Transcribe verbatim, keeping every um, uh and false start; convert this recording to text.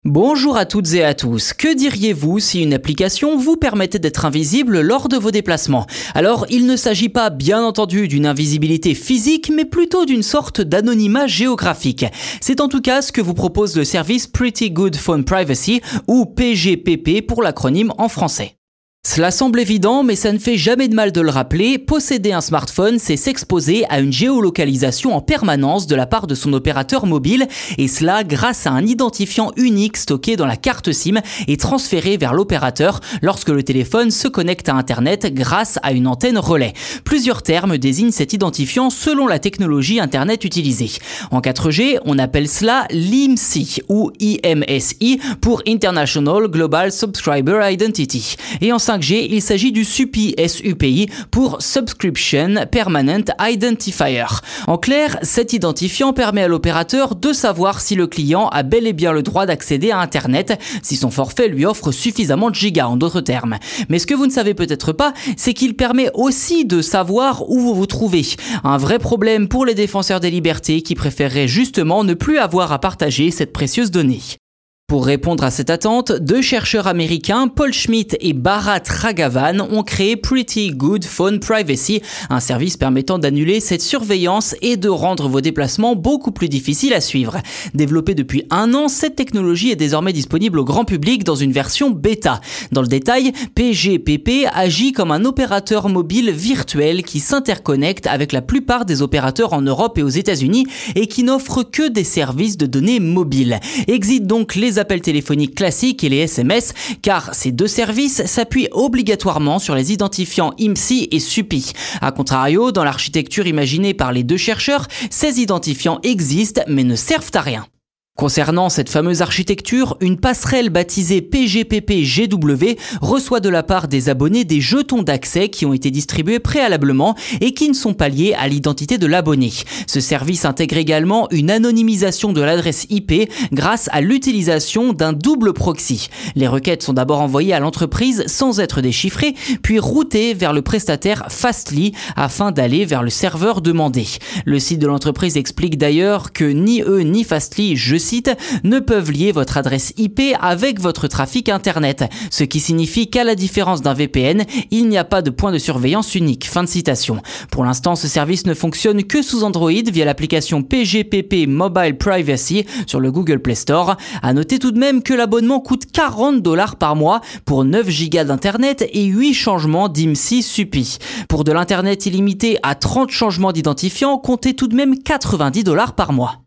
Bonjour à toutes et à tous. Que diriez-vous si une application vous permettait d'être invisible lors de vos déplacements? Alors, il ne s'agit pas bien entendu d'une invisibilité physique, mais plutôt d'une sorte d'anonymat géographique. C'est en tout cas ce que vous propose le service Pretty Good Phone Privacy, ou P G P P pour l'acronyme en français. Cela semble évident, mais ça ne fait jamais de mal de le rappeler, posséder un smartphone, c'est s'exposer à une géolocalisation en permanence de la part de son opérateur mobile, et cela grâce à un identifiant unique stocké dans la carte SIM et transféré vers l'opérateur lorsque le téléphone se connecte à Internet grâce à une antenne relais. Plusieurs termes désignent cet identifiant selon la technologie Internet utilisée. En quatre G, on appelle cela l'I M S I ou I M S I pour International Global Subscriber Identity. Et en cinq G, il s'agit du S U P I, S U P I pour Subscription Permanent Identifier. En clair, cet identifiant permet à l'opérateur de savoir si le client a bel et bien le droit d'accéder à Internet, si son forfait lui offre suffisamment de gigas en d'autres termes. Mais ce que vous ne savez peut-être pas, c'est qu'il permet aussi de savoir où vous vous trouvez. Un vrai problème pour les défenseurs des libertés qui préféreraient justement ne plus avoir à partager cette précieuse donnée. Pour répondre à cette attente, deux chercheurs américains, Paul Schmidt et Bharat Raghavan, ont créé Pretty Good Phone Privacy, un service permettant d'annuler cette surveillance et de rendre vos déplacements beaucoup plus difficiles à suivre. Développée depuis un an, cette technologie est désormais disponible au grand public dans une version bêta. Dans le détail, P G P P agit comme un opérateur mobile virtuel qui s'interconnecte avec la plupart des opérateurs en Europe et aux États-Unis et qui n'offre que des services de données mobiles. Exit donc les appels téléphoniques classiques et les S M S, car ces deux services s'appuient obligatoirement sur les identifiants I M S I et S U P I. A contrario, dans l'architecture imaginée par les deux chercheurs, ces identifiants existent mais ne servent à rien. Concernant cette fameuse architecture, une passerelle baptisée P G P P G W reçoit de la part des abonnés des jetons d'accès qui ont été distribués préalablement et qui ne sont pas liés à l'identité de l'abonné. Ce service intègre également une anonymisation de l'adresse I P grâce à l'utilisation d'un double proxy. Les requêtes sont d'abord envoyées à l'entreprise sans être déchiffrées, puis routées vers le prestataire Fastly afin d'aller vers le serveur demandé. Le site de l'entreprise explique d'ailleurs que ni eux ni Fastly, je cite, ne peuvent lier votre adresse I P avec votre trafic Internet, ce qui signifie qu'à la différence d'un V P N, il n'y a pas de point de surveillance unique. Fin de citation. Pour l'instant, ce service ne fonctionne que sous Android via l'application P G P P Mobile Privacy sur le Google Play Store. À noter tout de même que l'abonnement coûte quarante dollars par mois pour neuf gigas d'internet et huit changements d'I M S I S U P I. Pour de l'internet illimité à trente changements d'identifiants, comptez tout de même quatre-vingt-dix dollars par mois.